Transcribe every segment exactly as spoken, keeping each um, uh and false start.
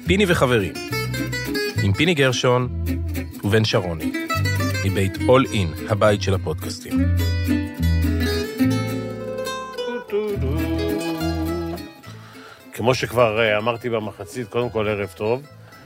פיני וחברים, עם פיני גרשון ובן שרוני, מבית All In, הבית של הפודקאסטים. כמו שכבר אמרתי במחצית, קודם כל ערב טוב.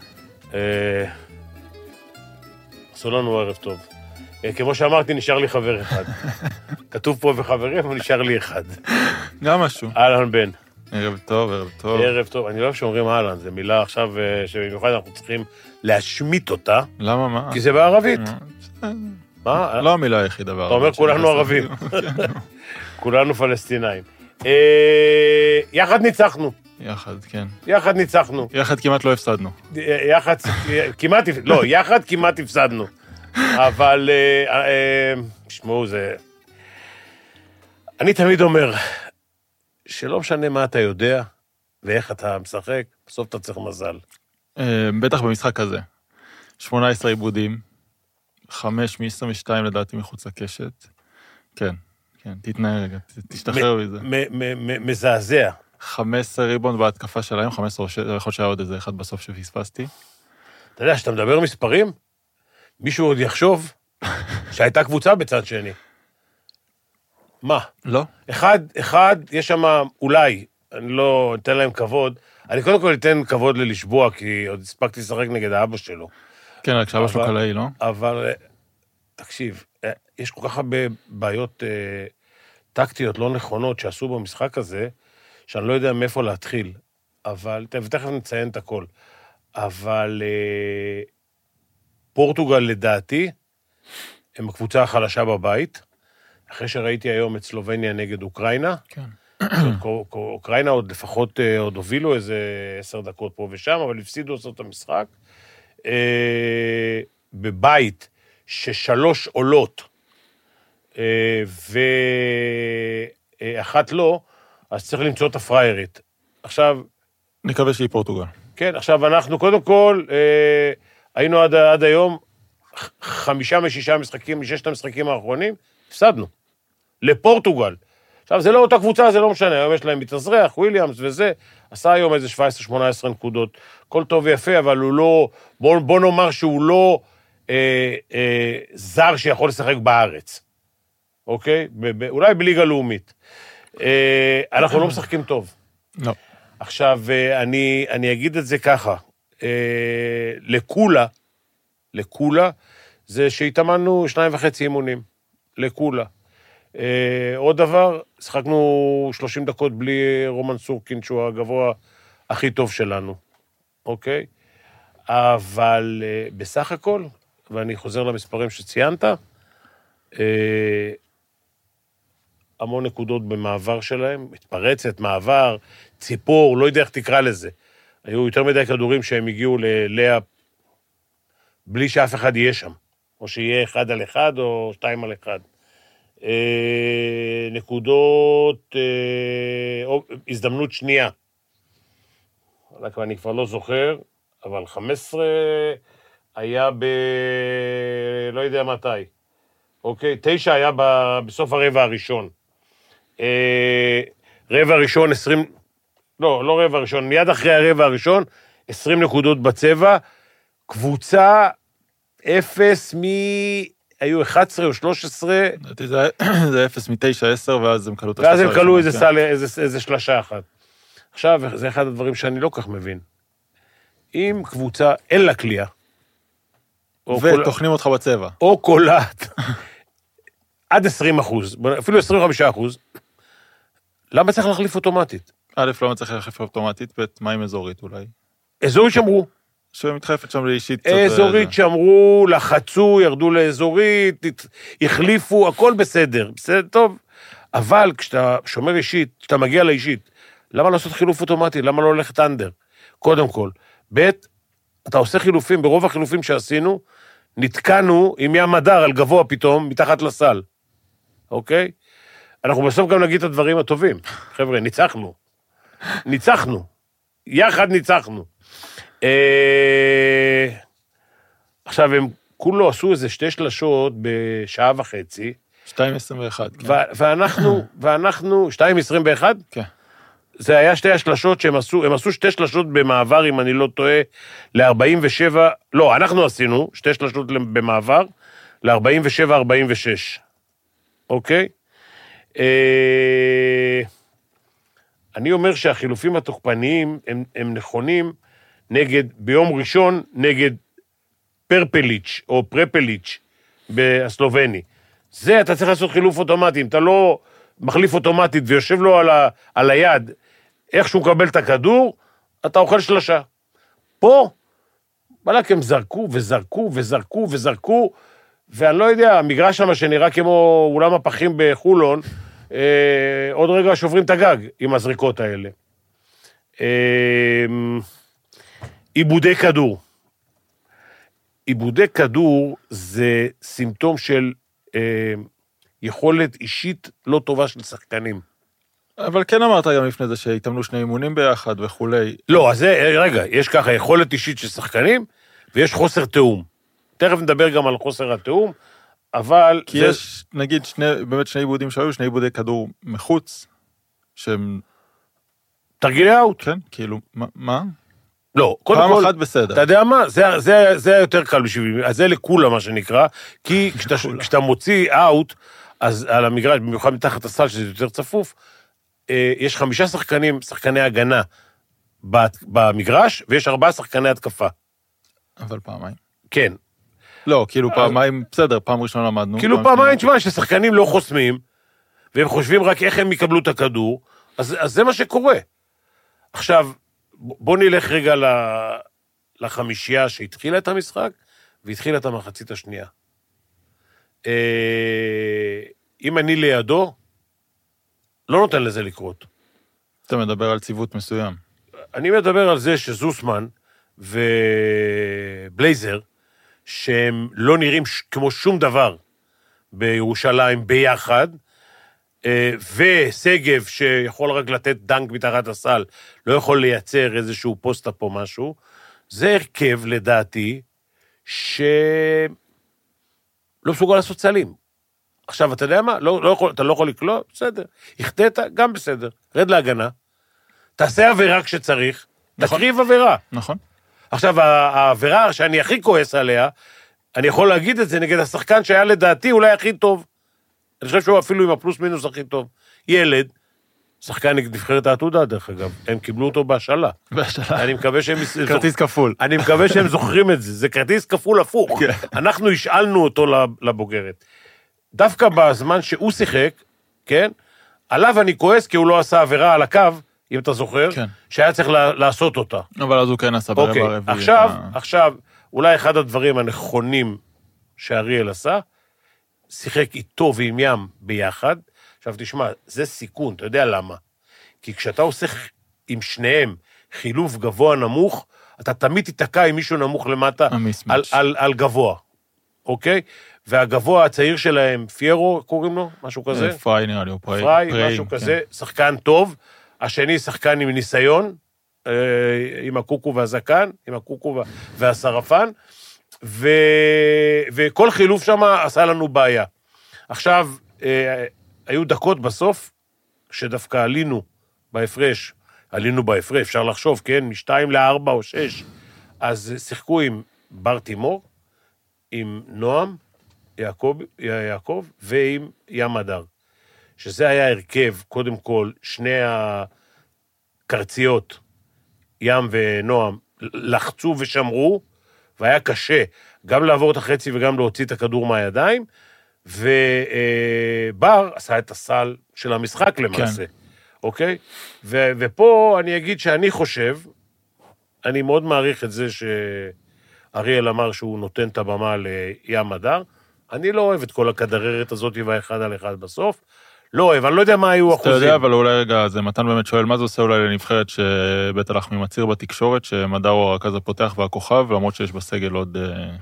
עשו לנו ערב טוב. כמו שאמרתי, נשאר לי חבר אחד. כתוב פה וחברים, אבל נשאר לי אחד. גם משהו. אהלן בן. ערב טוב, ערב טוב. ערב טוב. אני לא אוהב שאומרים אהלן, זו מילה עכשיו שבמיוחד אנחנו צריכים להשמיט אותה. למה, מה? כי זה בערבית. מה? לא המילה היחידה בערבית. אתה אומר כולנו ערבים. כולנו פלסטינאים. יחד ניצחנו. יחד, כן. יחד ניצחנו. יחד כמעט לא הפסדנו. יחד, כמעט, לא, יחד כמעט הפסדנו. אבל, תשמעו, זה... אני תמיד אומר, שלא משנה מה אתה יודע, ואיך אתה משחק, בסוף אתה צריך מזל. בטח במשחק הזה. שמונה עשרה עיבודים, חמש מ-עשרים ושתיים לדעתי מחוץ לקשת. כן, כן, תתנהל רגע, תשתחרר מזה. מזעזע. חמש עשרה ריבון בהתקפה שלהם, חמש עשרה, יכול שהיה עוד איזה אחד בסוף שפספסתי. אתה יודע, שאתה מדבר מספרים, מישהו עוד יחשוב שהייתה קבוצה בצד שני. מה? לא. אחד, אחד, יש שם אולי, אני לא אתן להם כבוד, אני קודם כל אתן כבוד ללשבוע, כי עוד הספקתי לשחק נגד האבא שלו. כן, רק שאבא שלו קלעי, לא? אבל, תקשיב, יש כל כך הרבה בעיות אה, טקטיות לא נכונות שעשו במשחק הזה, שאני לא יודע מאיפה להתחיל, אבל, ותכף נציין את הכל, אבל אה, פורטוגל לדעתי, הם הקבוצה החלשה בבית, אחרי שראיתי היום את סלובניה נגד אוקראינה, כן. אוקראינה עוד לפחות, עוד הובילו איזה עשר דקות פה ושם, אבל הפסידו לעשות את המשחק, אה, בבית ששלוש עולות, אה, ואחת לא, אז צריך למצוא את הפריירית. עכשיו... נקווה שהיא פורטוגל. כן, עכשיו אנחנו קודם כל, אה, היינו עד, עד היום, חמישה משישה משחקים, מששת המשחקים האחרונים, הפסדנו. לפורטוגל. עכשיו, זה לא אותה קבוצה, זה לא משנה, היום יש להם מתאזרח, וויליאמס וזה, עשה היום איזה שבע עשרה שמונה עשרה נקודות, כל טוב ויפה, אבל הוא לא, בוא, בוא נאמר שהוא לא אה, אה, זר שיכול לשחק בארץ. אוקיי? ב- ב- אולי בליגה לאומית. אה, אנחנו לא משחקים טוב. לא. עכשיו, אה, אני, אני אגיד את זה ככה, אה, לכולה, לכולה, זה שהתאמנו שניים וחצי אימונים. לכולה. Uh, עוד דבר, שחקנו שלושים דקות בלי רומן סורקין, שהוא הגבוה הכי טוב שלנו, אוקיי? אבל uh, בסך הכל, ואני חוזר למספרים שציינת, uh, המון נקודות במעבר שלהם, מתפרצת, מעבר, ציפור, לא יודע איך תקרא לזה. היו יותר מדי כדורים שהם הגיעו ללאה, בלי שאף אחד יהיה שם, או שיהיה אחד על אחד או שתיים על אחד. נקודות, הזדמנות שנייה. אני כבר לא זוכר, אבל חמש עשרה היה ב... לא יודע מתי. אוקיי, תשע היה בסוף הרבע הראשון. רבע הראשון, עשרים... לא, לא רבע הראשון, מיד אחרי הרבע הראשון, עשרים נקודות בצבע, קבוצה אפס מ... היו אחת עשרה או שלוש עשרה. זה אפס מתשע עשר, ואז הם קלו את השלושה. ואז הם קלו איזה סל, איזה שלושה אחת. עכשיו, זה אחד הדברים שאני לא כך מבין. אם קבוצה אין לה קליעה, ותוכנים אותך בצבע. או קולט, עד עשרים אחוז, אפילו עשרים וחמישה אחוז, למה צריך להחליף אוטומטית? א', למה צריך להחליף אוטומטית, ב', מה עם אזורית אולי? אזורית שמרו. שמתחלפת שם לאישית. אזורית שמרו, לחצו, ירדו לאזורית, החליפו, הכל בסדר, בסדר, טוב. אבל כשאתה שומר אישית, כשאתה מגיע לאישית, למה לא לעשות חילוף אוטומטי? למה לא ללכת אנדר? קודם כל. ב', אתה עושה חילופים, ברוב החילופים שעשינו, נתקענו עם ים מדר על גבוה פתאום, מתחת לסל. אוקיי? אנחנו בסוף גם נגיד את הדברים הטובים. חבר'ה, ניצחנו. ניצחנו. יחד ניצחנו. עכשיו, הם כולו עשו איזה שתי שלשות בשעה וחצי. שתיים עשרים ואחת, כן. ואנחנו, ואנחנו, שתיים עשרים ואחת? כן. זה היה שתי השלשות שהם עשו, הם עשו שתי שלשות במעבר, אם אני לא טועה, ל-ארבעים ושבע, לא, אנחנו עשינו שתי שלשות במעבר, ל-ארבעים ושבע ארבעים ושש. אוקיי? אני אומר שהחילופים התוקפניים הם, הם נכונים נגד, ביום ראשון, נגד פרפליץ' או פרפליץ' בסלובני. זה אתה צריך לעשות חילוף אוטומטי, אם אתה לא מחליף אוטומטית ויושב לו על, ה, על היד, איך שהוא מקבל את הכדור, אתה אוכל שלשה. פה, בלק הם זרקו וזרקו וזרקו וזרקו, ואני לא יודע, המגרש שם שנראה כמו אולם הפחים בחולון, אה, עוד רגע שוברים את הגג עם הזריקות האלה. אה, עיבודי כדור. עיבודי כדור זה סימפטום של אה, יכולת אישית לא טובה של שחקנים. אבל כן אמרת גם לפני זה שהתאמנו שני אימונים ביחד וכולי. לא, אז זה, רגע, יש ככה יכולת אישית של שחקנים, ויש חוסר תאום. תכף נדבר גם על חוסר התאום, אבל... כי זה... יש, נגיד, שני, באמת שני עיבודים שהיו, שני עיבודי כדור מחוץ, שהם... תרגילי אאוט. כן, כאילו, מה? מה? לא, קודם פעם כל... אחת בסדר. אתה יודע מה? זה, זה, זה יותר קל בשבילי, אז זה לכולה מה שנקרא, כי כשאתה, כשאתה מוציא אאוט, אז על המגרש, במיוחד מתחת הסל, שזה יותר צפוף, יש חמישה שחקנים, שחקני הגנה במגרש, ויש ארבעה שחקני התקפה. אבל פעמיים. כן. לא, כאילו פעמיים, בסדר, פעם ראשונה למדנו. כאילו פעמיים, תשמע, ששחקנים לא חוסמים, והם חושבים רק איך הם יקבלו את הכדור, אז, אז זה מה שקורה. עכשיו, בוא נלך רגע לחמישייה שהתחילה את המשחק, והתחילה את המחצית השנייה. אם אני לידו, לא נותן לזה לקרות. אתה מדבר על ציוות מסוים. אני מדבר על זה שזוסמן ובלייזר, שהם לא נראים כמו שום דבר בירושלים ביחד, וסגב שיכול רק לתת דנק מתחת הסל, לא יכול לייצר איזשהו פוסט-אפ או משהו, זה הרכב לדעתי, שלא מסוגל לעשות סלים. עכשיו, אתה יודע מה? לא, לא יכול, אתה לא יכול לקלוע? בסדר. הכתת? גם בסדר. רד להגנה. תעשה עבירה כשצריך, נכון. תקריב עבירה. נכון. עכשיו, העבירה שאני הכי כועס עליה, אני יכול להגיד את זה נגד השחקן שהיה לדעתי אולי הכי טוב. אני חושב שהוא אפילו עם הפלוס מינוס הכי טוב. ילד, שחקן נבחרת העתודה, דרך אגב, הם קיבלו אותו בהשאלה. בהשאלה. אני מקווה שהם... כרטיס כפול. אני מקווה שהם זוכרים את זה. זה כרטיס כפול הפוך. אנחנו השאלנו אותו לבוגרת. דווקא בזמן שהוא שיחק, כן? עליו אני כועס כי הוא לא עשה עבירה על הקו, אם אתה זוכר, כן. שהיה צריך לעשות אותה. אבל אז הוא כן עשה ברבע אוקיי, הרביעי. עכשיו, עכשיו, אולי אחד הדברים הנכונים שאריאל עשה, שיחק איתו ועם ים ביחד. עכשיו תשמע, זה סיכון, אתה יודע למה? כי כשאתה עושה עם שניהם חילוף גבוה נמוך, אתה תמיד תתקע עם מישהו נמוך למטה על, על, על גבוה, אוקיי? והגבוה הצעיר שלהם, פיירו, קוראים לו? משהו כזה? פריי נראה לי, או פריי. פריי, משהו כזה, שחקן טוב. השני שחקן עם ניסיון, עם הקוקו והזקן, עם הקוקו והשרפן, ו... וכל חילוף שם עשה לנו בעיה. עכשיו, היו דקות בסוף, שדווקא עלינו בהפרש, עלינו בהפרש, אפשר לחשוב, כן, משתיים לארבע או שש, אז שיחקו עם בר תימור, עם נועם, יעקב, יעקב ועם ים הדר. שזה היה הרכב, קודם כל, שני הקרציות, ים ונועם, לחצו ושמרו, והיה קשה גם לעבור את החצי וגם להוציא את הכדור מהידיים, ובר עשה את הסל של המשחק למעשה, כן. אוקיי? ו- ופה אני אגיד שאני חושב, אני מאוד מעריך את זה שאריאל אמר שהוא נותן את הבמה לים הדר, אני לא אוהב את כל הכדררת הזאת והאחד על אחד בסוף, לא אוהב, אני לא יודע מה היו אחוזים. אתה יודע, אבל אולי רגע, זה מתן באמת שואל, מה זה עושה אולי לנבחרת שבית הלחמי מצהיר בתקשורת, שמדר הוא הרכז הפותח והכוכב, למרות שיש בסגל עוד...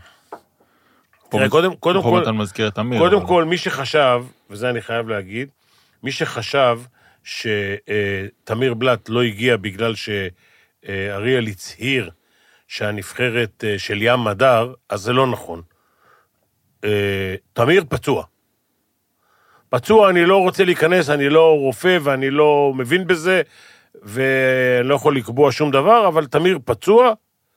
קודם כל, קודם כל, מי שחשב, וזה אני חייב להגיד, מי שחשב שתמיר בלט לא הגיע בגלל שאריאל הצהיר שהנבחרת של ים מדר, אז זה לא נכון. תמיר פצוע. פצוע, אני לא רוצה להיכנס, אני לא רופא ואני לא מבין בזה, ולא יכול לקבוע שום דבר, אבל תמיר פצוע,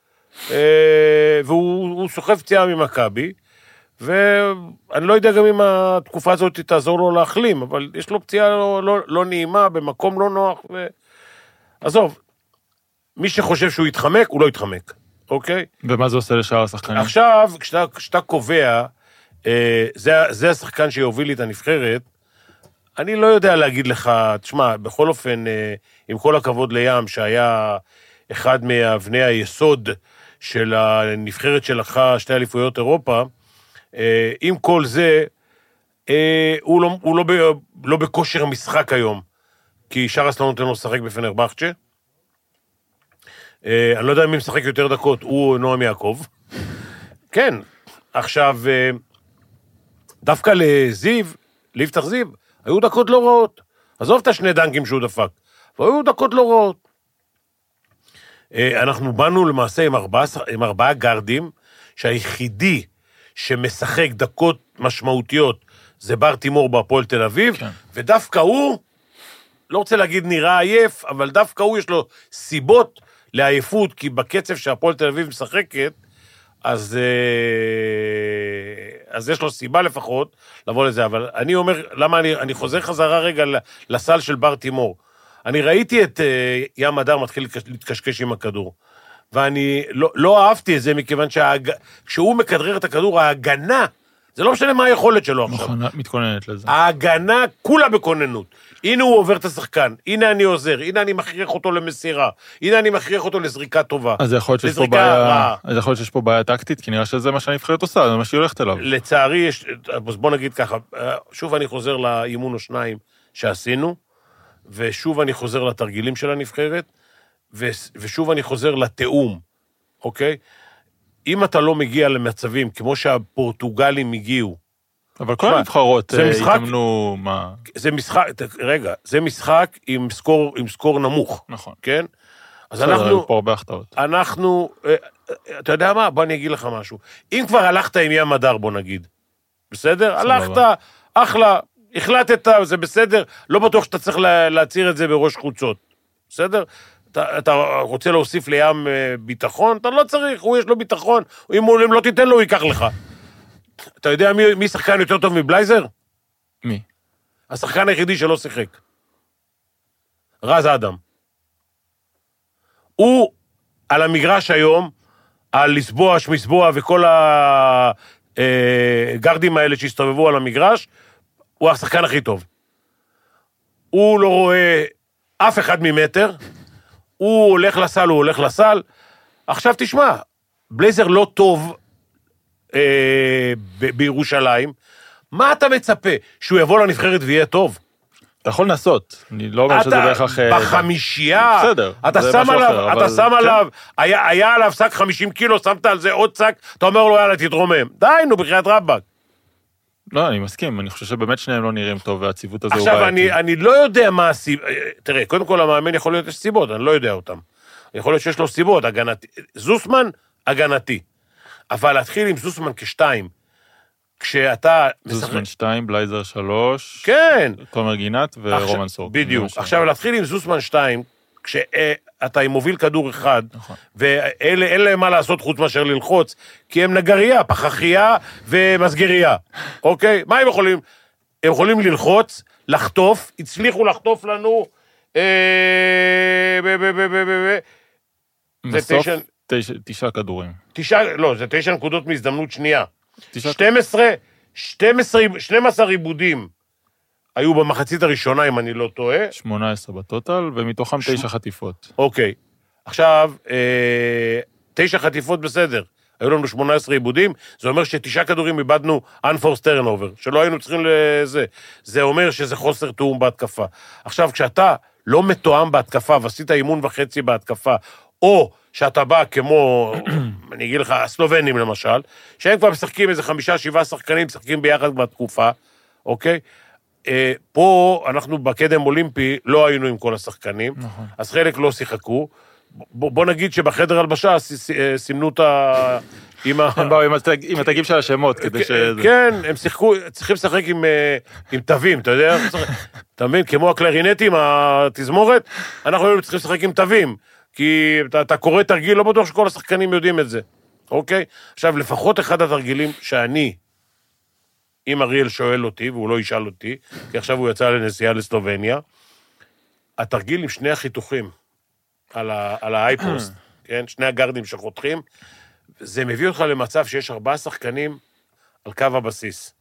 והוא סוחב פציעה ממכבי, ואני לא יודע גם אם התקופה הזאת תעזור לו להחלים, אבל יש לו פציעה לא, לא, לא נעימה, במקום לא נוח, ו... עזוב, מי שחושב שהוא יתחמק, הוא לא יתחמק, אוקיי? ומה זה עושה לשאר השחקנים? עכשיו, כשאתה, כשאתה קובע, אה, זה, זה השחקן שיוביל לי את הנבחרת, אני לא יודע להגיד לך, תשמע, בכל אופן, אה, עם כל הכבוד לים, שהיה אחד מאבני היסוד של הנבחרת שלקחה שתי אליפויות אירופה, אה, עם כל זה, אה, הוא, לא, הוא לא, ב, לא בכושר משחק היום, כי שרס לא נותן לו לשחק בפנרבחצ'ה, אני לא יודע מי משחק יותר דקות, הוא או נועם יעקב. כן, עכשיו, דווקא לזיו, ליפתח זיו, היו דקות לא רעות. עזוב את השני דנקים שהוא דפק, והיו דקות לא רעות. אנחנו באנו למעשה עם ארבעה, עם ארבעה גרדים, שהיחידי שמשחק דקות משמעותיות, זה בר תימור בהפועל תל אביב, כן. ודווקא הוא, לא רוצה להגיד נראה עייף, אבל דווקא הוא יש לו סיבות, לעייפות, כי בקצב שהפועל תל אביב משחקת, אז, אז יש לו סיבה לפחות לבוא לזה, אבל אני אומר, למה אני, אני חוזר חזרה רגע לסל של בר תימור. אני ראיתי את ים הדר מתחיל להתקשקש עם הכדור, ואני לא, לא אהבתי את זה, מכיוון שכשהוא מכדרר את הכדור, ההגנה, זה לא משנה מה היכולת שלו עכשיו. מתכוננת לזה. ההגנה כולה בכוננות. הנה הוא עובר את השחקן, הנה אני עוזר, הנה אני מכריח אותו למסירה, הנה אני מכריח אותו לזריקה טובה. אז יכול להיות שיש פה בעיה, אז יכול להיות שיש פה בעיה טקטית, כי נראה שזה מה שהנבחרת עושה, זה מה שהיא הולכת אליו. לצערי יש, אז בוא נגיד ככה, שוב אני חוזר לאימון או שניים שעשינו, ושוב אני חוזר לתרגילים של הנבחרת, ושוב אני חוזר לתאום, אוקיי? אם אתה לא מגיע למצבים, כמו שהפורטוגלים הגיעו, אבל כל הנבחרות התאמנו מה... זה משחק, רגע, זה משחק עם סקור, עם סקור נמוך. נכון. כן? אז אנחנו... אנחנו... פה בהחטאות. אנחנו... אתה יודע מה? בוא אני אגיד לך משהו. אם כבר הלכת עם ים הדר, בוא נגיד. בסדר? הלכת, אחלה, החלטת, זה בסדר. לא בטוח שאתה צריך להציר את זה בראש חוצות. בסדר? אתה, אתה רוצה להוסיף לים ביטחון? אתה לא צריך, הוא יש לו ביטחון. אם הוא לא תיתן לו, הוא ייקח לך. אתה יודע מי, מי שחקן יותר טוב מבלייזר? מי? השחקן היחידי שלא שיחק. רז אדם. הוא על המגרש היום, על לסבוע, שמסבוע וכל הגרדים האלה שהסתובבו על המגרש, הוא השחקן הכי טוב. הוא לא רואה אף אחד ממטר, הוא הולך לסל, הוא הולך לסל. עכשיו תשמע, בלייזר לא טוב, בירושלים, מה אתה מצפה? שהוא יבוא לנבחרת ויהיה טוב? אתה יכול לנסות, אני לא אומר שזה בהכרח... בחמישייה, בסדר, אתה שם עליו, אתה שם עליו, היה עליו שק חמישים קילו, שמת על זה עוד שק, אתה אומר לו, יאללה, תתרומם. די, נו, בחיית רבאק. לא, אני מסכים, אני חושב שבאמת שניהם לא נראים טוב, והציוות הזה הוא בעייתי. עכשיו, אני, אני לא יודע מה הסיבות, תראה, קודם כל המאמן יכול להיות יש סיבות, אני לא יודע אותם. יכול להיות שיש לו סיבות, הגנתי. זוסמן, הגנתי. אבל להתחיל עם זוסמן כשתיים, כשאתה... זוסמן שתיים, בלייזר שלוש, כן. תומר גינת ורומן סורק. בדיוק. עכשיו, להתחיל עם זוסמן שתיים, כשאתה מוביל כדור אחד, ואלה אין להם מה לעשות חוץ מאשר ללחוץ, כי הם נגרייה, פחחייה ומסגרייה. אוקיי? מה הם יכולים? הם יכולים ללחוץ, לחטוף, הצליחו לחטוף לנו... בסוף תשעה כדורים. תשעה, לא, זה תשע נקודות מהזדמנות שנייה. שתים עשרה, שתים עשרה, שנים עשר עיבודים היו במחצית הראשונה, אם אני לא טועה. שמונה עשרה בטוטל, ומתוכם תשע חטיפות. אוקיי. עכשיו, תשע חטיפות בסדר. היו לנו שמונה עשרה עיבודים, זה אומר שתשעה כדורים איבדנו unforced turnover, שלא היינו צריכים לזה. זה אומר שזה חוסר תאום בהתקפה. עכשיו, כשאתה לא מתואם בהתקפה, ועשית אימון וחצי בהתקפה, או שאתה בא כמו, אני אגיד לך, הסלובנים למשל, שהם כבר משחקים איזה חמישה, שבעה שחקנים, משחקים ביחד בתקופה, אוקיי? אה, פה אנחנו בקדם אולימפי לא היינו עם כל השחקנים, נכון. אז חלק לא שיחקו, ב, בוא נגיד שבחדר הלבשה סימנו את עם ה... הם באו עם התגים של השמות, כדי ש... כן, הם שיחקו, צריכים לשחק עם תווים, אתה יודע? אתה מבין? כמו הקלרינטים, התזמורת, אנחנו היינו צריכים לשחק עם תווים, כי אתה קורא תרגיל, לא בטוח שכל השחקנים יודעים את זה, אוקיי? עכשיו, לפחות אחד התרגילים שאני, אם אריאל שואל אותי, והוא לא ישאל אותי, כי עכשיו הוא יצא לנסיעה לסלובניה, התרגיל עם שני החיתוכים על, ה, על האייפוסט, כן? שני הגרדים שחותכים, זה מביא אותך למצב שיש ארבעה שחקנים על קו הבסיס.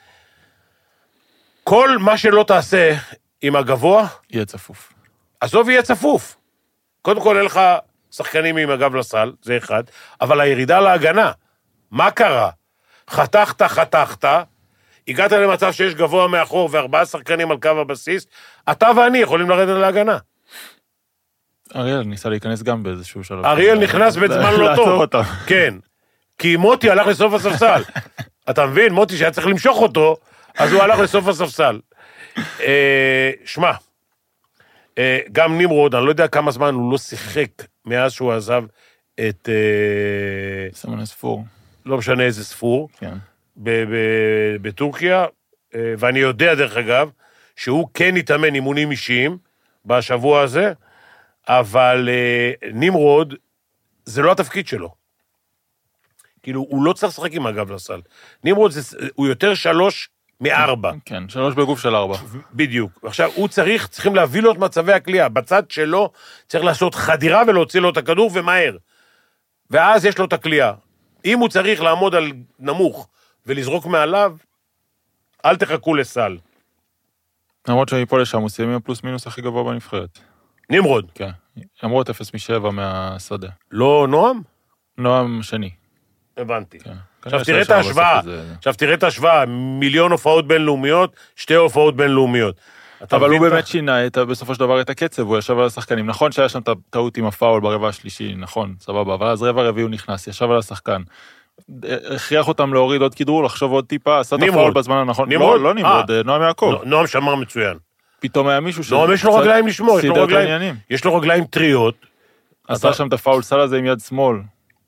כל מה שלא תעשה עם הגבוה, יהיה צפוף. עזוב יהיה צפוף. קודם כל, אין לך שחקנים עם הגב לסל, זה אחד, אבל הירידה להגנה, מה קרה? חתכת, חתכת, הגעת למצב שיש גבוה מאחור וארבעה שחקנים על קו הבסיס, אתה ואני יכולים לרדת להגנה. אריאל ניסה להיכנס גם באיזשהו שלב. אריאל נכנס בזמן לא טוב. כן. כי מוטי הלך לסוף הספסל. אתה מבין? מוטי שהיה צריך למשוך אותו, אז הוא הלך לסוף הספסל. שמע, גם נמרוד, אני לא יודע כמה זמן הוא לא שיחק מאז שהוא עזב את... סמני ספור. לא משנה איזה ספור. כן. בטורקיה, ואני יודע דרך אגב, שהוא כן יתאמן אימונים אישיים בשבוע הזה, אבל נמרוד, זה לא התפקיד שלו. כאילו, הוא לא צריך לשחק עם הגב לסל. נמרוד, זה, הוא יותר שלוש מארבע. כן, שלוש בגוף של ארבע. בדיוק. עכשיו, הוא צריך, צריכים להביא לו את מצבי הקליעה. בצד שלו צריך לעשות חדירה ולהוציא לו את הכדור ומהר. ואז יש לו את הקליעה. אם הוא צריך לעמוד על נמוך ולזרוק מעליו, אל תחכו לסל. למרות שמפה לשם הוא סיים עם הפלוס מינוס הכי גבוה בנבחרת. נמרוד. כן. למרות אפס משבע מהשדה. לא נועם? נועם שני. הבנתי. כן. עכשיו תראה את ההשוואה. עכשיו תראה את ההשוואה. מיליון הופעות בינלאומיות, שתי הופעות בינלאומיות. אבל הוא באמת שינה את, בסופו של דבר את הקצב, הוא ישב על השחקנים. נכון שהיה שם טעות עם הפאול ברבע השלישי, נכון, סבבה, אבל אז רבע רביעי הוא נכנס, ישב על השחקן. הכריח אותם להוריד עוד כדרור, לחשוב עוד טיפה, עשה את הפאול בזמן הנכון. נמרוד? לא, לא נמרוד, נועם יעקב. נועם שמר מצוין. פתאום היה מישהו ש... נועם יש לו רגליים לשמור, יש לו רגליים טריות. עשה שם את הפאול סל הזה עם יד שמאל.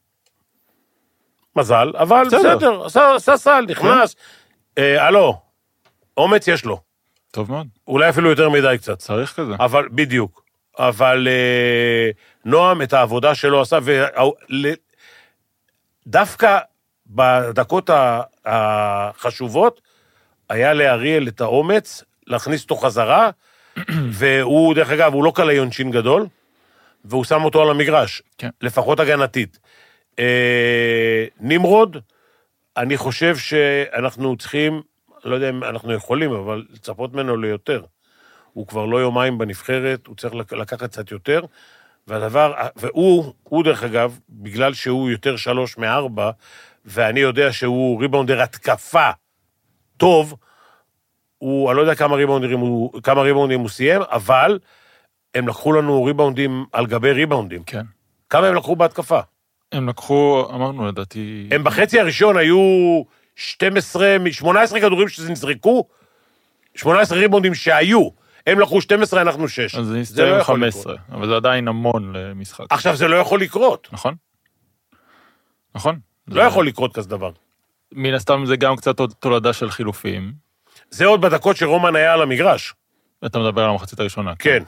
מזל, אבל בסדר, עשה סל, נכנס. הלו, אומץ יש לו. טוב מאוד. אולי אפילו יותר מדי קצת. צריך כזה. אבל, בדיוק. אבל נועם את העבודה שלו עשה, ודווקא בדקות החשובות, היה לאריאל את האומץ, להכניס אותו חזרה, והוא, דרך אגב, הוא לא קלה יונשין גדול, והוא שם אותו על המגרש, כן. לפחות הגנתית. נמרוד, אני חושב שאנחנו צריכים, לא יודע אם אנחנו יכולים, אבל לצפות ממנו ליותר. הוא כבר לא יומיים בנבחרת, הוא צריך לקחת קצת יותר, והדבר, והוא, הוא דרך אגב, בגלל שהוא יותר שלוש מארבע, ואני יודע שהוא ריבאונדר התקפה טוב, הוא, אני לא יודע כמה ריבאונדים הוא, כמה ריבאונדים הוא סיים, אבל הם לקחו לנו ריבאונדים על גבי ריבאונדים. כן. כמה הם לקחו בהתקפה? הם לקחו, אמרנו לדעתי... הם בחצי הראשון היו שתים עשרה, שמונה עשרה כדורים שזה נזרקו, שמונה עשרה ריבאונדים שהיו, הם לקחו שתים עשרה, אנחנו שש. אז זה נסתיים חמש עשרה, אבל זה עדיין המון למשחק. עכשיו זה לא יכול לקרות. נכון. נכון. לא יכול לקרות כזה דבר. מן הסתם זה גם קצת תולדה של חילופים. זה עוד בדקות שרומן היה על המגרש. אתה מדבר על המחצית הראשונה. כן.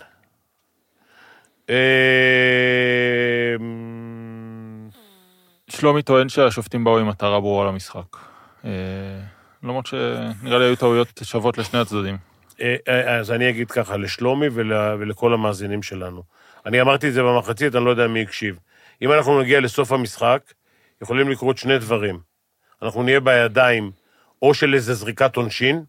שלומי טוען שהשופטים באו עם מטרה ברורה למשחק. למרות שנראה לי היו טעויות שוות לשני הצדדים. אז אני אגיד ככה, לשלומי ולכל המאזינים שלנו. אני אמרתי את זה במחצית, אני לא יודע מי יקשיב. אם אנחנו נגיע לסוף המשחק, יכולים לקרות שני דברים. אנחנו נהיה בידיים או של איזה זריקת עונשין,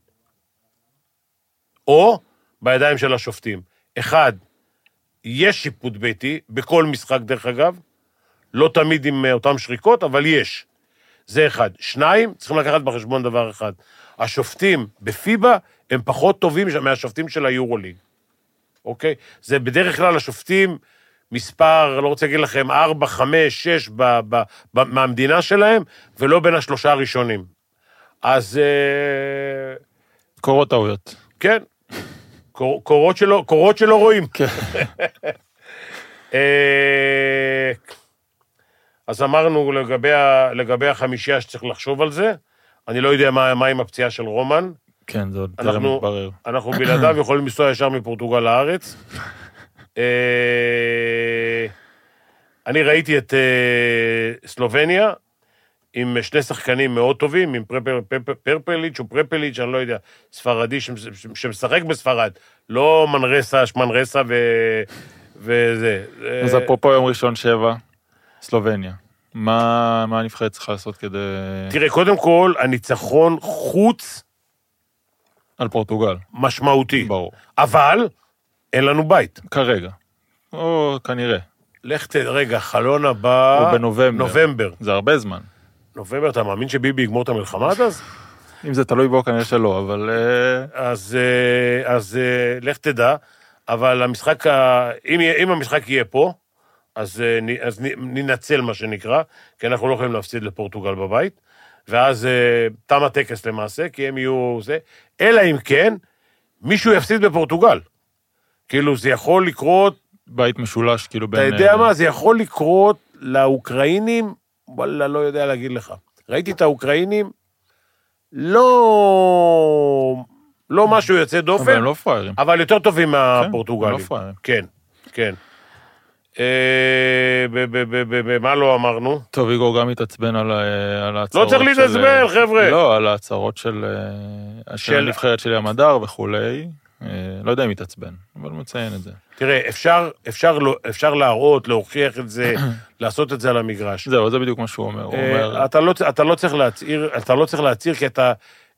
או בידיים של השופטים. אחד, יש שיפוט ביתי, בכל משחק דרך אגב, לא תמיד עם אותם שריקות, אבל יש. זה אחד. שניים, צריכים לקחת בחשבון דבר אחד. השופטים בפיבה הם פחות טובים מהשופטים של היורוליג. אוקיי? זה בדרך כלל השופטים מספר, לא רוצה להגיד לכם, ארבע, חמש, שש ב, ב, ב, מהמדינה שלהם, ולא בין השלושה הראשונים. אז... קורות טעויות. כן. קור, קורות שלא, קורות שלא רואים. כן. אז אמרנו לגבי, ה, לגבי החמישייה שצריך לחשוב על זה, אני לא יודע מה, מה עם הפציעה של רומן. כן, זה עוד טרם מתברר. אנחנו בלעדיו יכולים לנסוע ישר מפורטוגל לארץ. אני ראיתי את סלובניה, עם שני שחקנים מאוד טובים, עם פרפליץ' או פרפליץ', אני לא יודע, ספרדי שמשחק בספרד, לא מנרסה, שמנרסה וזה. אז אפרופו יום ראשון שבע, סלובניה. מה, מה הנבחרת צריכה לעשות כדי... תראה, קודם כל, הניצחון חוץ... על פורטוגל. משמעותי. ברור. אבל, אין לנו בית. כרגע. או כנראה. לך ת... רגע, חלון הבא... או בנובמבר. נובמבר. זה הרבה זמן. נובמבר, אתה מאמין שביבי יגמור את המלחמה עד אז? אם זה תלוי בו, כנראה שלא, אבל... אז, אז לך תדע, אבל המשחק, אם, אם המשחק יהיה פה, אז, אז ננצל מה שנקרא, כי אנחנו לא יכולים להפסיד לפורטוגל בבית, ואז תם הטקס למעשה, כי הם יהיו זה, אלא אם כן, מישהו יפסיד בפורטוגל. כאילו, זה יכול לקרות... בית משולש, כאילו בין... אתה יודע מה? זה יכול לקרות לאוקראינים, וואלה, לא יודע להגיד לך. ראיתי את האוקראינים, לא... לא משהו יוצא דופן. אבל הם לא פריירים. אבל יותר טובים מהפורטוגלים. כן, הם לא פריירים. כן, כן. מה לא אמרנו? טוב, איגור גם מתעצבן על ההצהרות של... לא צריך להתעצבן, חבר'ה. לא, על ההצהרות של הנבחרת של ים הדר וכולי. לא יודע אם מתעצבן, אבל מציין את זה. תראה, אפשר, אפשר, אפשר להראות, להוכיח את זה, לעשות את זה על המגרש. זהו, זה בדיוק מה שהוא אומר. הוא אומר... אתה לא, אתה לא צריך להצעיר, אתה לא צריך להצעיר, כי אתה,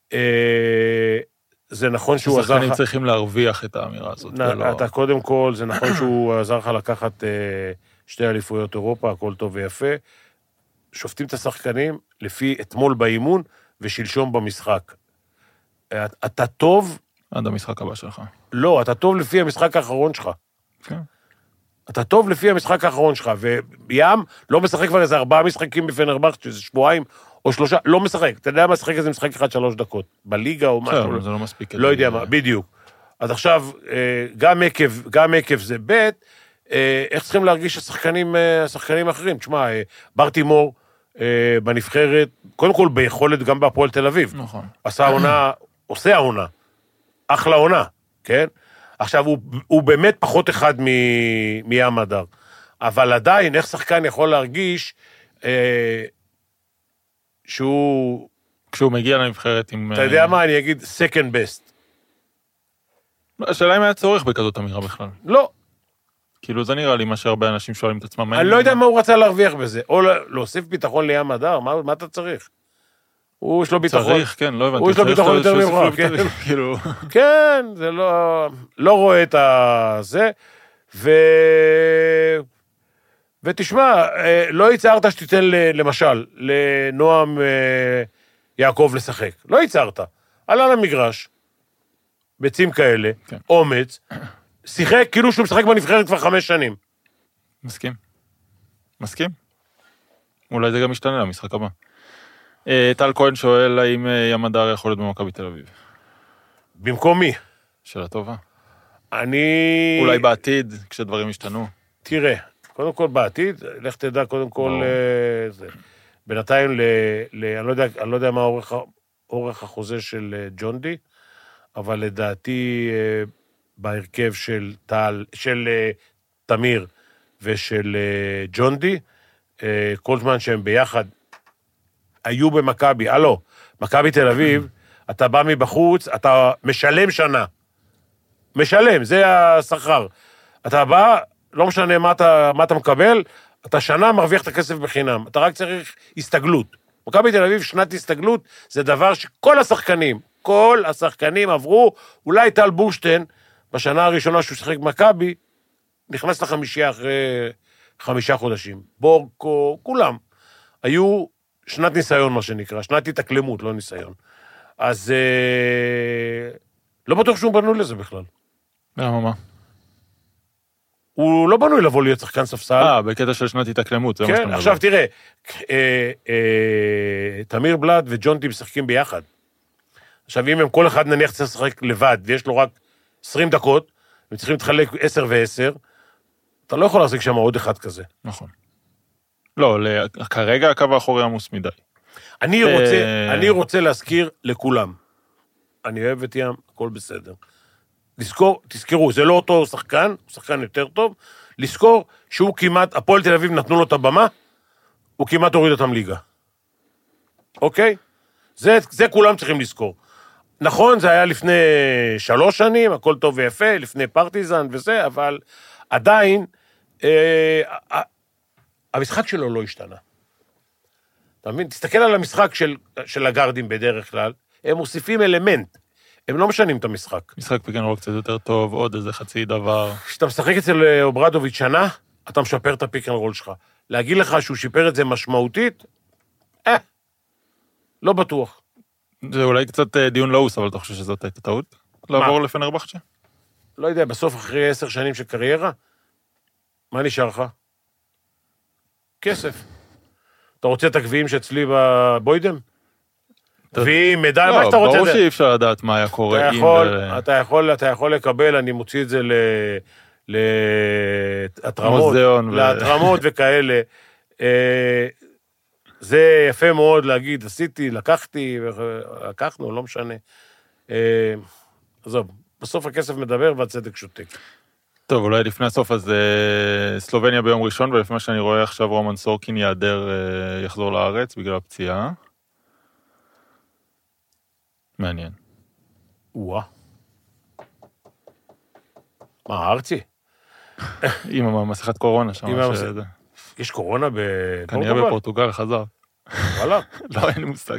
זה נכון שהוא עזר לך... שחקנים צריכים להרוויח את האמירה הזאת. אתה קודם כל, זה נכון שהוא עזר לך לקחת שתי אליפויות אירופה, הכל טוב ויפה. שופטים את השחקנים לפי אתמול באימון ושלשום במשחק. אתה טוב... עד המשחק הבא שלך. לא, אתה טוב לפי המשחק האחרון שלך. כן. אתה טוב לפי המשחק האחרון שלך, וים לא משחק כבר איזה ארבעה משחקים בפנרבכט, שזה שבועיים או שלושה, לא משחק. אתה יודע מה משחק איזה משחק אחד שלוש דקות, בליגה או משהו. זה לא מספיק. לא יודע מה, בדיוק. אז עכשיו, גם עקב, גם עקב זה בית, איך צריכים להרגיש השחקנים, השחקנים האחרים? תשמע, בר תימור בנבחרת, קודם כל ביכולת גם בהפועל תל אביב. נכון. עשה עונה, עושה העונה. אחלה עונה, כן? עכשיו, הוא, הוא באמת פחות אחד מ, מים הדר. אבל עדיין, איך שחקן יכול להרגיש אה, שהוא... כשהוא מגיע לנבחרת עם... אתה יודע מה, אני אגיד second best. השאלה אם היה צורך בכזאת אמירה בכלל. לא. כאילו, זה נראה לי מה שהרבה אנשים שואלים את עצמם. אני לא יודע מה הוא רצה להרוויח בזה. או להוסיף ביטחון לים הדר, מה, מה אתה צריך? הוא יש לו ביטחון. צריך, כן, לא הבנתי. הוא יש לו ביטחון יותר ממך, כן. כאילו... כן, זה לא... לא רואה את זה, ו... ותשמע, לא יצערת שתיתן למשל, לנועם יעקב לשחק. לא יצערת. עלה למגרש, ביצים כאלה, אומץ, שיחק כאילו שהוא משחק בנבחרת כבר חמש שנים. מסכים. מסכים. אולי זה גם ישתנה למשחק הבא. טל כהן שואל האם ים הדר יכול להיות במכבי תל אביב. במקום מי? שאלה טובה. אני... אולי בעתיד, כשדברים ישתנו. תראה, קודם כל בעתיד, לך תדע קודם כל... זה. בינתיים, ל... ל... אני, לא יודע, אני לא יודע מה אורך, אורך החוזה של ג'ון די, אבל לדעתי בהרכב של טל, של תמיר ושל ג'ון די, כל זמן שהם ביחד, היו במכבי, הלו, מכבי תל אביב, אתה בא מבחוץ, אתה משלם שנה. משלם, זה השכר. אתה בא, לא משנה מה אתה, מה אתה מקבל, אתה שנה מרוויח את הכסף בחינם. אתה רק צריך הסתגלות. מכבי תל אביב, שנת הסתגלות, זה דבר שכל השחקנים, כל השחקנים עברו, אולי טל בורשטיין, בשנה הראשונה שהוא שחק מכבי, נכנס לחמישייה אחרי חמישה חודשים. בורקו, כולם. היו שנת ניסיון, מה שנקרא, שנת התאקלמות, לא ניסיון. אז אה, לא בטוח שהוא בנוי לזה בכלל. למה מה? הוא לא בנוי לבוא להיות שחקן ספסל. אה, בקטע של שנת התאקלמות, זה מה שאתה כן, אומר. עכשיו תראה, אה, אה, תמיר בלאט וג'ונטי משחקים ביחד. עכשיו, אם הם כל אחד נניח צריך לשחק לבד, ויש לו רק עשרים דקות, הם צריכים להתחלק עשר ועשר, אתה לא יכול להחזיק שם עוד אחד כזה. נכון. לא, כרגע הקו האחורי עמוס מדי. אני רוצה, אני רוצה להזכיר לכולם. אני אוהב את ים, הכל בסדר. לזכור, תזכרו, זה לא אותו שחקן, הוא שחקן יותר טוב, לזכור שהוא כמעט, הפועל תל אביב נתנו לו את הבמה, הוא כמעט הוריד אותם ליגה. אוקיי? זה, זה כולם צריכים לזכור. נכון, זה היה לפני שלוש שנים, הכל טוב ויפה, לפני פרטיזן וזה, אבל עדיין, אה, המשחק שלו לא השתנה. אתה מבין? תסתכל על המשחק של, של הגרדים בדרך כלל, הם מוסיפים אלמנט, הם לא משנים את המשחק. משחק פיקנרול קצת יותר טוב, עוד איזה חצי דבר. כשאתה משחק אצל אוברדוביץ' שנה, אתה משפר את הפיקנרול שלך. להגיד לך שהוא שיפר את זה משמעותית, אה, לא בטוח. זה אולי קצת דיון לעוס, אבל אתה חושב שזאת הייתה טעות? לעבור לפנרבחצ'ה? לא יודע, בסוף אחרי עשר שנים של קריירה, מה נשאר לך? כסף. אתה רוצה את הגביעים שאצלי בבוידם? גביעים, מדע, מה שאתה רוצה. ברור שאי אפשר לדעת מה היה קורה. אתה יכול, אתה יכול לקבל, אני מוציא את זה להתרמות, להתרמות וכאלה. זה יפה מאוד להגיד, עשיתי, לקחתי, לקחנו, לא משנה. עזוב, בסוף הכסף מדבר והצדק שותק. טוב, אולי לפני הסוף, אז סלובניה ביום ראשון, ולפני מה שאני רואה עכשיו, רומן סורקין יעדר, יחזור לארץ בגלל הפציעה. מעניין. וואה. מה, ארצי? עם המסכת קורונה שם. יש קורונה בפורטוגל? כנראה בפורטוגל, חזר. וואלה? לא, אין לי מושג.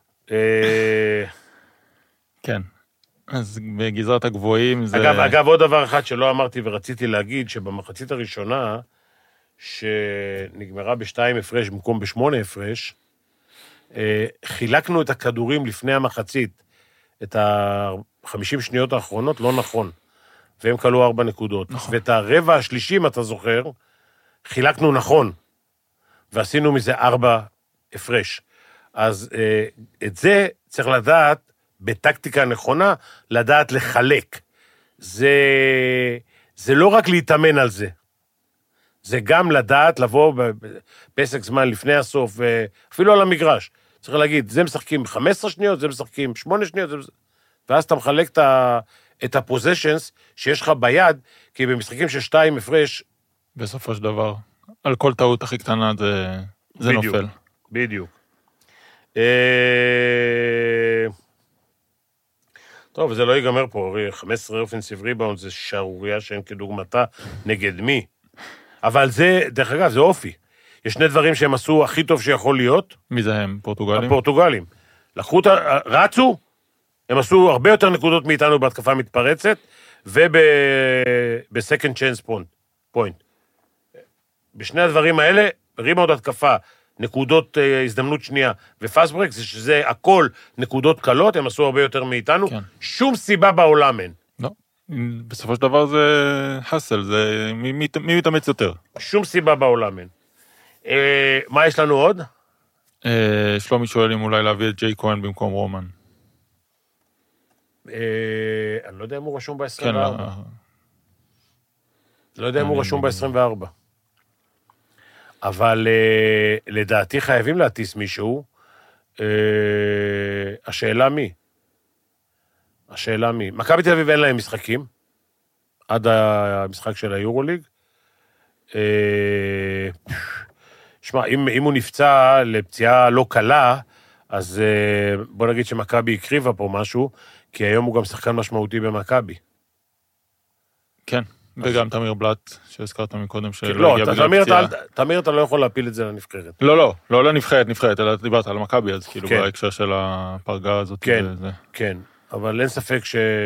כן. אז בגזרת הגבוהים זה... אגב, אגב, עוד דבר אחד שלא אמרתי ורציתי להגיד, שבמחצית הראשונה, שנגמרה בשתיים הפרש במקום בשמונה הפרש, חילקנו את הכדורים לפני המחצית, את ה-חמישים שניות האחרונות, לא נכון. והם קלו ארבע נקודות. נכון. ואת הרבע השלישי, אם אתה זוכר, חילקנו נכון. ועשינו מזה ארבע הפרש. אז את זה צריך לדעת, בטקטיקה נכונה, לדעת לחלק. זה, זה לא רק להתאמן על זה. זה גם לדעת לבוא בפסק זמן לפני הסוף, אפילו על המגרש. צריך להגיד, זה משחקים חמש עשרה שניות, זה משחקים שמונה שניות, זה... ואז אתה מחלק את, ה... את הפוזישנס שיש לך ביד, כי במשחקים של שתיים הפרש... בסופו של דבר, על כל טעות הכי קטנה זה, זה בדיוק, נופל. בדיוק. טוב, זה לא ייגמר פה, חמש עשרה אופנסיב ריבאונד, זה שערוריה שאין כדוגמתה, נגד מי? אבל זה, דרך אגב, זה אופי. יש שני דברים שהם עשו הכי טוב שיכול להיות. מי זה הם? פורטוגלים? הפורטוגלים. לקחו את ה... רצו, הם עשו הרבה יותר נקודות מאיתנו בהתקפה מתפרצת, וב-second chance point. בשני הדברים האלה, ריבאונד התקפה, נקודות הזדמנות שנייה, ופאסט ברייק, זה שזה הכל נקודות קלות, הם עשו הרבה יותר מאיתנו. כן. שום סיבה בעולם אין. לא. בסופו של דבר זה חסל, זה מי, מי, מי מתאמץ יותר. שום סיבה בעולם אין. אה, מה יש לנו עוד? אה, שלומי שואל אם אולי להביא את ג'יי כהן במקום רומן. אה, אני לא יודע אם הוא רשום ב-עשרים וארבע. כן, לא יודע אם הוא רשום ב-עשרים וארבע. אבל אה, לדעתי חייבים להטיס מישהו. אה, השאלה מי? השאלה מי? מכבי תל אביב אין להם משחקים, עד המשחק של היורוליג. אה, שמע, אם, אם הוא נפצע לפציעה לא קלה, אז אה, בוא נגיד שמכבי הקריבה פה משהו, כי היום הוא גם שחקן משמעותי במכבי. כן, וגם תמיר בלט, שהזכרת מקודם, שלא הגיע בגלל פציעה. תמיר, אתה לא יכול להפיל את זה לנבחרת. לא, לא, לא לנבחרת, נבחרת, אלא דיברת על מכבי, אז כאילו בהקשר של הפרגה הזאת. כן, כן, אבל אין ספק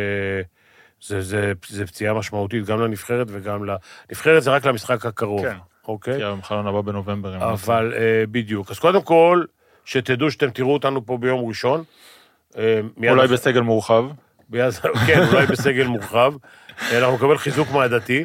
שזה פציעה משמעותית, גם לנבחרת וגם לנבחרת, זה רק למשחק הקרוב. כן, אוקיי? כי המחלון הבא בנובמבר. אבל בדיוק. אז קודם כל, שתדעו שאתם תראו אותנו פה ביום ראשון. אולי בסגל מורחב. כן, אולי בסגל מורחב. אנחנו נקבל חיזוק מהדתי.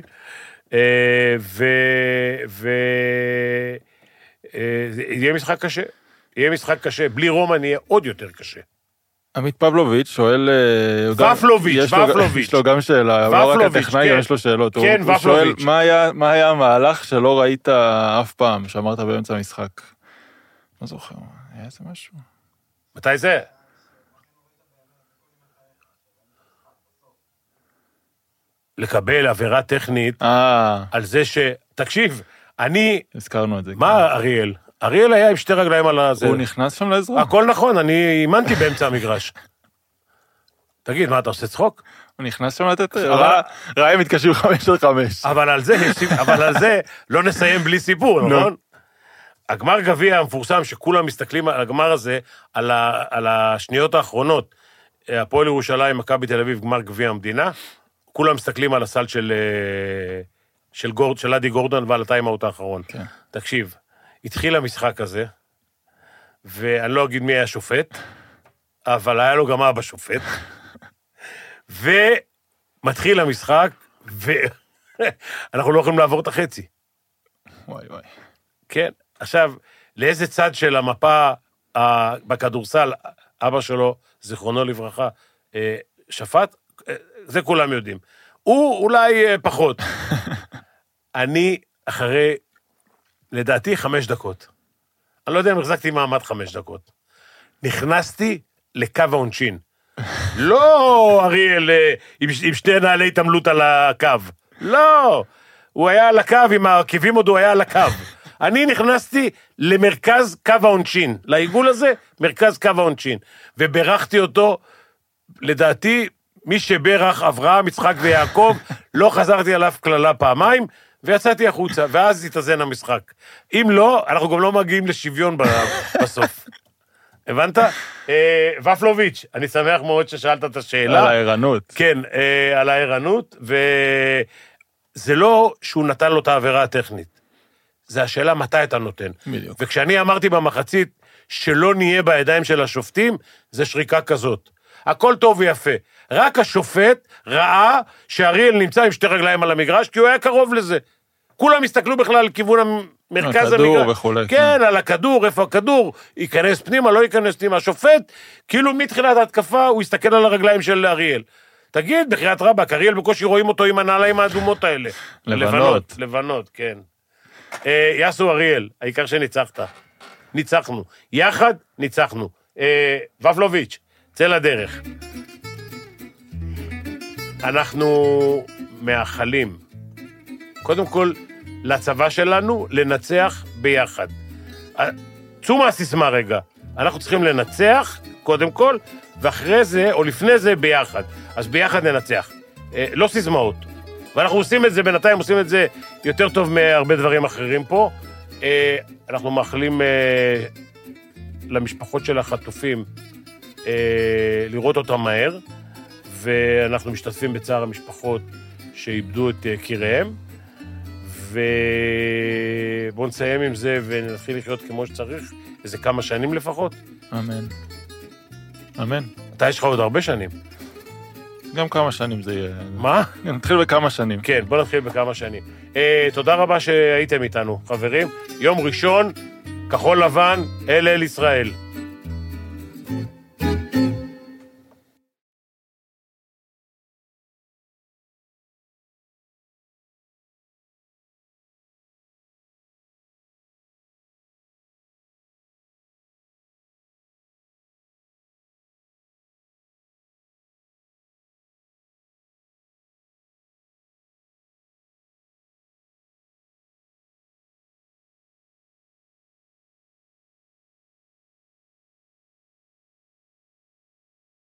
ויהיה משחק קשה. יהיה משחק קשה. בלי רומן יהיה עוד יותר קשה. עמית פבלוביץ' שואל... ופלוביץ', ופלוביץ'. יש לו גם שאלה, לא רק הטכנאי, יש לו שאלות. כן, ופלוביץ'. הוא שואל, ופלוביץ'. מה היה המהלך שלא ראית אף פעם, שאמרת באמצע המשחק? לא זוכר, היה איזה משהו? מתי זה? לקבל עבירה טכנית על זה ש... תקשיב, אני... הזכרנו את זה. מה אריאל? אריאל היה עם שתי רגליים על הזה. הוא נכנס שם לעזרה? הכל נכון, אני אימנתי באמצע המגרש. תגיד, מה, אתה עושה צחוק? הוא נכנס שם לתת... ראה הם מתקשרים חמש על חמש. אבל על זה, אבל על זה לא נסיים בלי סיפור, נכון? הגמר גביע המפורסם, שכולם מסתכלים על הגמר הזה, על השניות האחרונות, הפועל ירושלים, מכבי תל אביב, גמר גביע המדינה, כולם מסתכלים על הסל של... של גורד, של אדי גורדון ועל הטיימאוט האחרון. כן. תקשיב, התחיל המשחק הזה, ואני לא אגיד מי היה שופט, אבל היה לו גם אבא שופט, ומתחיל המשחק, ואנחנו לא יכולים לעבור את החצי. וואי וואי. כן, עכשיו, לאיזה צד של המפה בכדורסל, אבא שלו, זיכרונו לברכה, שפט, זה כולם יודעים. הוא אולי פחות. אני אחרי, לדעתי, חמש דקות. אני לא יודע אם החזקתי מעמד חמש דקות. נכנסתי לקו העונשין. לא אריאל עם, עם שתי נעלי תמלות על הקו. לא. הוא היה על הקו, עם העקיבים עוד הוא היה על הקו. אני נכנסתי למרכז קו העונשין. לעיגול הזה, מרכז קו העונשין. וברכתי אותו, לדעתי, מי שברך, אברהם, יצחק ויעקב, לא חזרתי עליו כללה פעמיים, ויצאתי החוצה, ואז התאזן המשחק. אם לא, אנחנו גם לא מגיעים לשוויון בסוף. הבנת? ופלוביץ', אני שמח מאוד ששאלת את השאלה. על הערנות. כן, על הערנות, וזה לא שהוא נתן לו את העבירה הטכנית. זה השאלה מתי אתה נותן. בדיוק. וכשאני אמרתי במחצית שלא נהיה בידיים של השופטים, זה שריקה כזאת. הכל טוב ויפה. רק השופט ראה שאריאל נמצא עם שתי רגליים על המגרש, כי הוא היה קרוב לזה. כולם הסתכלו בכלל על כיוון המרכז המגרש. הכדור וכולי. כן, על הכדור, איפה הכדור, ייכנס פנימה, לא ייכנס פנימה. השופט, כאילו מתחילת ההתקפה, הוא הסתכל על הרגליים של אריאל. תגיד, בחיית רבק, אריאל בקושי רואים אותו עם הנעליים האדומות האלה. לבנות. לבנות, כן. יסו אריאל, העיקר שניצחת. ניצחנו. יחד, ניצחנו. ופלוביץ', צא לדרך. אנחנו מאחלים, קודם כל, לצבא שלנו לנצח ביחד. צאו מהסיסמה רגע. אנחנו צריכים לנצח, קודם כל, ואחרי זה, או לפני זה, ביחד. אז ביחד ננצח. לא סיסמאות. ואנחנו עושים את זה, בינתיים עושים את זה יותר טוב מהרבה דברים אחרים פה. אנחנו מאחלים למשפחות של החטופים לראות אותם מהר, ואנחנו משתתפים בצער המשפחות שאיבדו את יקיריהם, ובואו נסיים עם זה ונתחיל לחיות כמו שצריך, איזה כמה שנים לפחות. אמן. אמן. אתה יש לך עוד הרבה שנים. גם כמה שנים זה יהיה. מה? נתחיל בכמה שנים. כן, בואו נתחיל בכמה שנים. אה, תודה רבה שהייתם איתנו, חברים. יום ראשון, כחול לבן, אל אל ישראל.